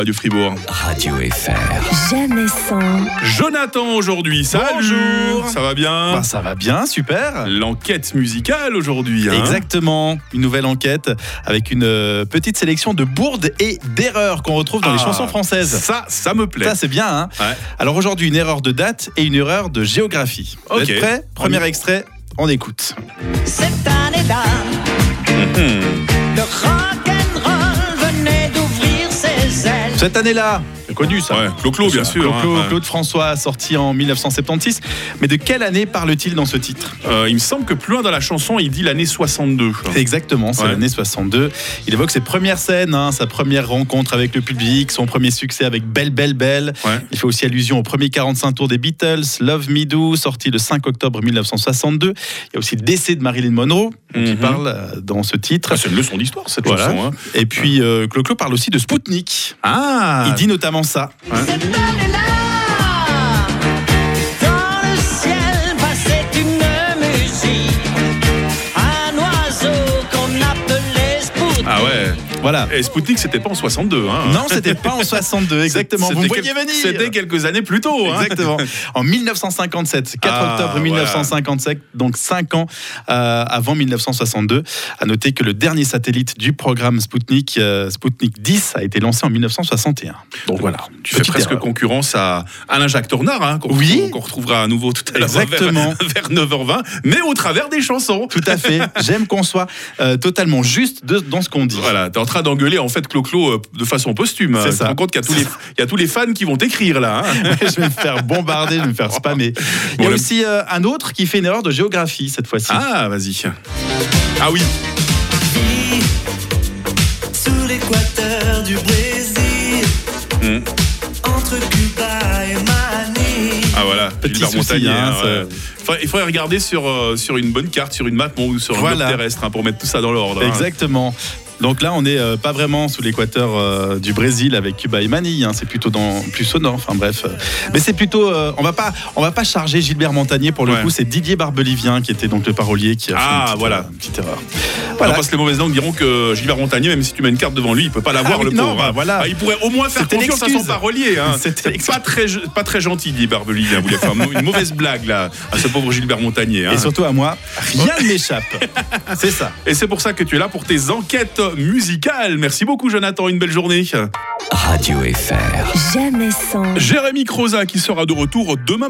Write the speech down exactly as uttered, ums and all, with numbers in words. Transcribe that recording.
Radio Fribourg. Radio F R. Jamais sans. Jonathan aujourd'hui, salut. Bonjour. Ça va bien? Bah, ça va bien, super. L'enquête musicale aujourd'hui. Hein. Exactement, une nouvelle enquête avec une euh, petite sélection de bourdes et d'erreurs qu'on retrouve dans Ah, les chansons françaises. Ça, ça me plaît. Ça, c'est bien. Hein. Ouais. Alors aujourd'hui, une erreur de date et une erreur de géographie. Vous Ok. êtes prêts? Premier On y- extrait, on écoute. Cette année-là, le rock'n'roll venait d'ouvrir ses ailes. Cette année-là, c'est connu ça. Ouais, Clo-Clo, bien sûr. Claude, hein, Claude, ouais. Claude François, sorti en dix-neuf cent soixante-seize. Mais de quelle année parle-t-il dans ce titre? Euh, il me semble que plus loin dans la chanson, il dit l'année soixante-deux. Exactement, c'est Ouais. l'année soixante-deux. Il évoque ses premières scènes, hein, sa première rencontre avec le public, son premier succès avec Belle, Belle, Belle. Ouais. Il fait aussi allusion au premier quarante-cinq tours des Beatles, Love Me Do, sorti le cinq octobre dix-neuf cent soixante-deux. Il y a aussi le décès de Marilyn Monroe, dont il Mhm. parle euh, dans ce titre. Ah, c'est une leçon d'histoire cette Voilà. chanson. Hein. Et puis, euh, Clo-Clo parle aussi de Spoutnik. Ah Il dit notamment ça. Ouais. Cette année-là, dans le ciel passait une musique, un oiseau qu'on appelait Spoutnik. Ah ouais. Voilà. Et Spoutnik, c'était pas en soixante-deux. Hein. Non, c'était pas en soixante-deux, exactement. Vous me C'était voyez quel- venir. C'était quelques années plus tôt. Hein. Exactement. En dix-neuf cent cinquante-sept, quatre Ah, octobre dix-neuf cent cinquante-sept, donc cinq ans euh, avant dix-neuf cent soixante-deux. À noter que le dernier satellite du programme Spoutnik, euh, Spoutnik dix, a été lancé en dix-neuf cent soixante et un. Donc voilà, Tu fais petite presque erreur. concurrence à Alain-Jacques Tornard, hein, qu'on, Oui. qu'on retrouvera à nouveau tout à l'heure Exactement. vers, vers neuf heures vingt, mais au travers des chansons. Tout à fait. J'aime qu'on soit euh, totalement juste de- dans ce qu'on dit. Voilà, t'es en train d'engueuler en fait Clo-Clo euh, de façon posthume. C'est Tu te ça. rends compte qu'il y a tous les, il y a tous les fans qui vont t'écrire là. Hein. Je vais me faire bombarder, je vais me faire spammer. Il y a Bon, le- aussi euh, un autre qui fait une erreur de géographie cette fois-ci. Ah, vas-y. Ah oui. Sous l'équateur du Brésil, Hum. entre Cuba et Manille. Ah voilà, Petit Gilbert souci, Montagnier. hein, hein, ouais. Faudrait- Il faudrait regarder sur, euh, sur une bonne carte, sur une map bon, ou sur un Voilà. globe terrestre hein, pour mettre tout ça dans l'ordre. hein. Exactement. Donc là, on n'est euh, pas vraiment sous l'équateur euh, du Brésil avec Cuba et Manille. Hein. C'est plutôt dans plus au nord. Enfin bref, euh. mais c'est plutôt. euh, on va pas, on va pas charger Gilbert Montagnier pour le Ouais. coup. C'est Didier Barbelivien qui était donc le parolier qui a fait Ah, une petite, voilà. euh, une petite erreur. Voilà. Voilà. Parce que les mauvaises langues diront que Gilbert Montagnier, même si tu mets une carte devant lui, il peut pas l'avoir Ah oui, le non, pauvre. bah, hein. voilà. Ah, il pourrait au moins faire C'était confiance à l'excuse. son parolier. Hein. C'était C'est pas très, pas très gentil, dit Barbelivien. Vous voulez faire une mauvaise blague là à ce pauvre Gilbert Montagnier. Hein. Et surtout à moi, rien ne m'échappe. C'est ça. Et c'est pour ça que tu es là pour tes enquêtes musicales. Merci beaucoup, Jonathan. Une belle journée. Radio F R. Jamais sans. Jérémy Croza qui sera de retour demain.